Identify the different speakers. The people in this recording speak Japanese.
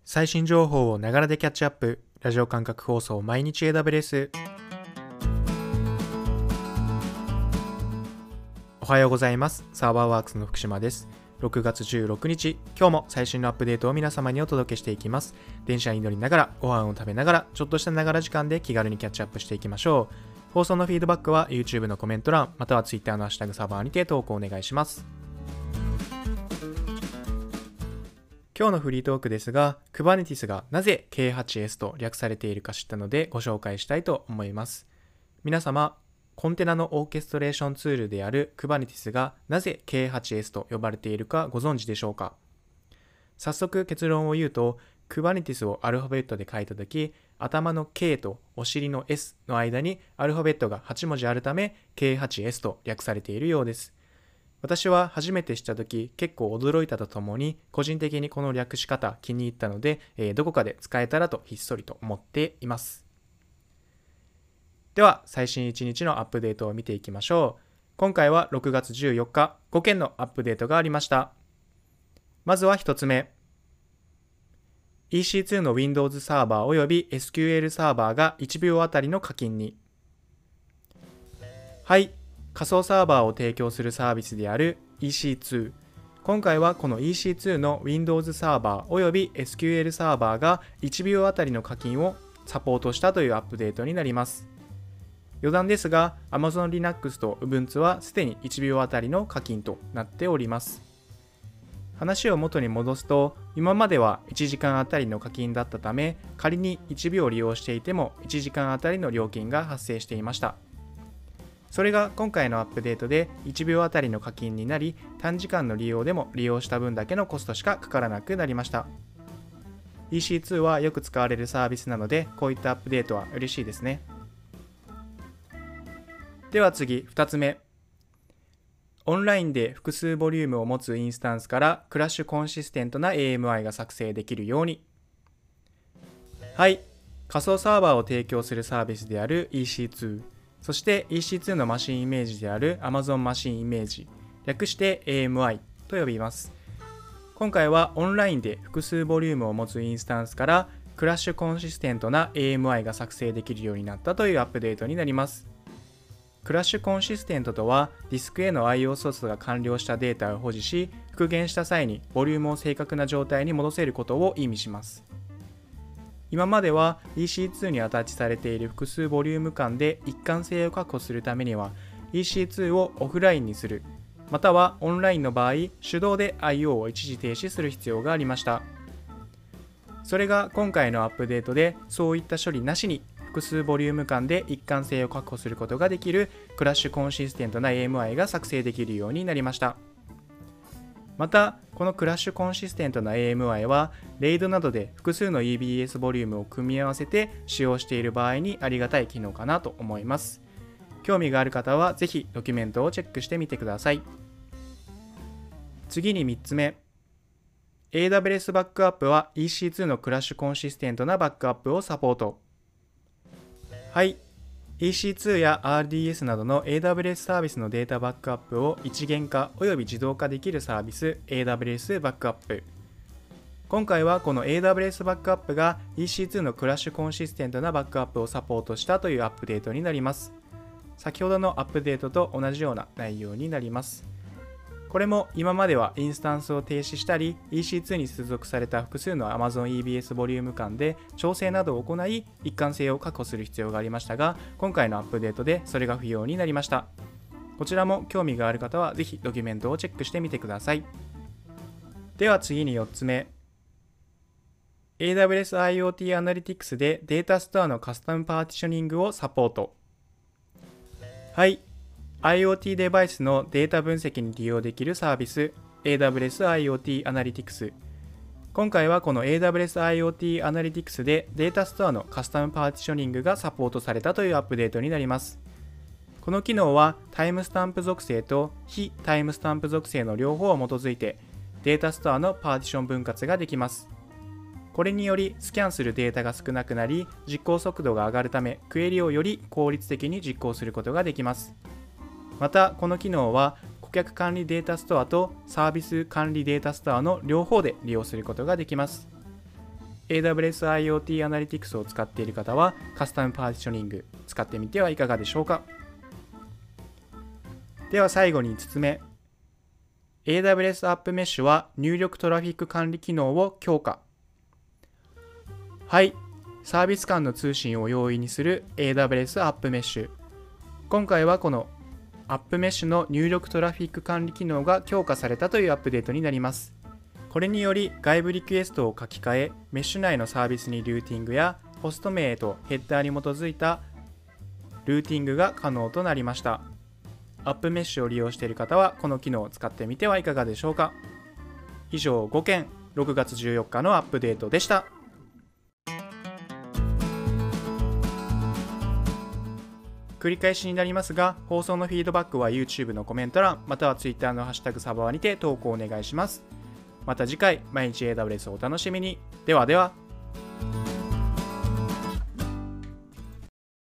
Speaker 1: 最新情報をながらでキャッチアップ。ラジオ感覚放送毎日 AWS。 おはようございます。サーバーワークスの福島です。6月16日、今日も最新のアップデートを皆様にお届けしていきます。電車に乗りながら、ご飯を食べながら、ちょっとしたながら時間で気軽にキャッチアップしていきましょう。放送のフィードバックは YouTube のコメント欄、または Twitter のハッシュタグサーバーにて投稿お願いします。今日のフリートークですが、Kubernetes がなぜ K8s と略されているか知ったのでご紹介したいと思います。皆様、コンテナのオーケストレーションツールである Kubernetes がなぜ K8s と呼ばれているかご存知でしょうか。早速結論を言うと、Kubernetes をアルファベットで書いたとき、頭の K とお尻の S の間にアルファベットが8文字あるため K8s と略されているようです。私は初めて知ったとき結構驚いたとともに、個人的にこの略し方気に入ったので、どこかで使えたらとひっそりと思っています。では最新1日のアップデートを見ていきましょう。今回は6月14日5件のアップデートがありました。まずは1つ目、 EC2 の Windows サーバーおよび SQL サーバーが1秒あたりの課金に。はい、仮想サーバーを提供するサービスである EC2。今回はこの EC2 の Windows サーバーおよび SQL サーバーが1秒あたりの課金をサポートしたというアップデートになります。余談ですが、Amazon Linux と Ubuntu はすでに1秒あたりの課金となっております。話を元に戻すと、今までは1時間あたりの課金だったため、仮に1秒利用していても1時間あたりの料金が発生していました。それが今回のアップデートで1秒あたりの課金になり、短時間の利用でも利用した分だけのコストしかかからなくなりました。EC2 はよく使われるサービスなので、こういったアップデートは嬉しいですね。では次、2つ目。オンラインで複数ボリュームを持つインスタンスからクラッシュコンシステントな AMI が作成できるように。はい、仮想サーバーを提供するサービスである EC2、そして EC2 のマシンイメージである Amazon マシンイメージ、略して AMI と呼びます。今回はオンラインで複数ボリュームを持つインスタンスからクラッシュコンシステントな AMI が作成できるようになったというアップデートになります。クラッシュコンシステントとは、ディスクへの IO 操作が完了したデータを保持し、復元した際にボリュームを正確な状態に戻せることを意味します。今までは EC2 にアタッチされている複数ボリューム間で一貫性を確保するためには EC2 をオフラインにする、またはオンラインの場合手動で IO を一時停止する必要がありました。それが今回のアップデートでそういった処理なしに複数ボリューム間で一貫性を確保することができるクラッシュコンシステントな AMI が作成できるようになりました。また、このクラッシュコンシステントな AMI は、レイドなどで複数の EBS ボリュームを組み合わせて使用している場合にありがたい機能かなと思います。興味がある方はぜひドキュメントをチェックしてみてください。次に3つ目。AWS バックアップは EC2 のクラッシュコンシステントなバックアップをサポート。はい、EC2 や RDS などの AWS サービスのデータバックアップを一元化および自動化できるサービス AWS バックアップ。今回はこの AWS バックアップが EC2 のクラッシュコンシステントなバックアップをサポートしたというアップデートになります。先ほどのアップデートと同じような内容になります。これも今まではインスタンスを停止したり EC2 に接続された複数の Amazon EBS ボリューム間で調整などを行い一貫性を確保する必要がありましたが、今回のアップデートでそれが不要になりました。こちらも興味がある方はぜひドキュメントをチェックしてみてください。では次に4つ目。AWS IoT Analytics でデータストアのカスタムパーティショニングをサポート。はい、IoT デバイスのデータ分析に利用できるサービス AWS IoT Analytics。今回はこの AWS IoT Analytics でデータストアのカスタムパーティショニングがサポートされたというアップデートになります。この機能はタイムスタンプ属性と非タイムスタンプ属性の両方を基づいてデータストアのパーティション分割ができます。これによりスキャンするデータが少なくなり実行速度が上がるためクエリをより効率的に実行することができます。またこの機能は顧客管理データストアとサービス管理データストアの両方で利用することができます。 AWS IoT アナリティクスを使っている方はカスタムパーティショニング使ってみてはいかがでしょうか。では最後に5つ目。AWS アップメッシュは入力トラフィック管理機能を強化。はい、サービス間の通信を容易にする AWS アップメッシュ。今回はこのアップメッシュの入力トラフィック管理機能が強化されたというアップデートになります。これにより外部リクエストを書き換え、メッシュ内のサービスにルーティングやホスト名とヘッダーに基づいたルーティングが可能となりました。アップメッシュを利用している方はこの機能を使ってみてはいかがでしょうか。以上5件6月14日のアップデートでした。繰り返しになりますが、放送のフィードバックは YouTube のコメント欄または Twitter のハッシュタグサバワにて投稿お願いします。また次回、毎日 AWS をお楽しみに。ではでは。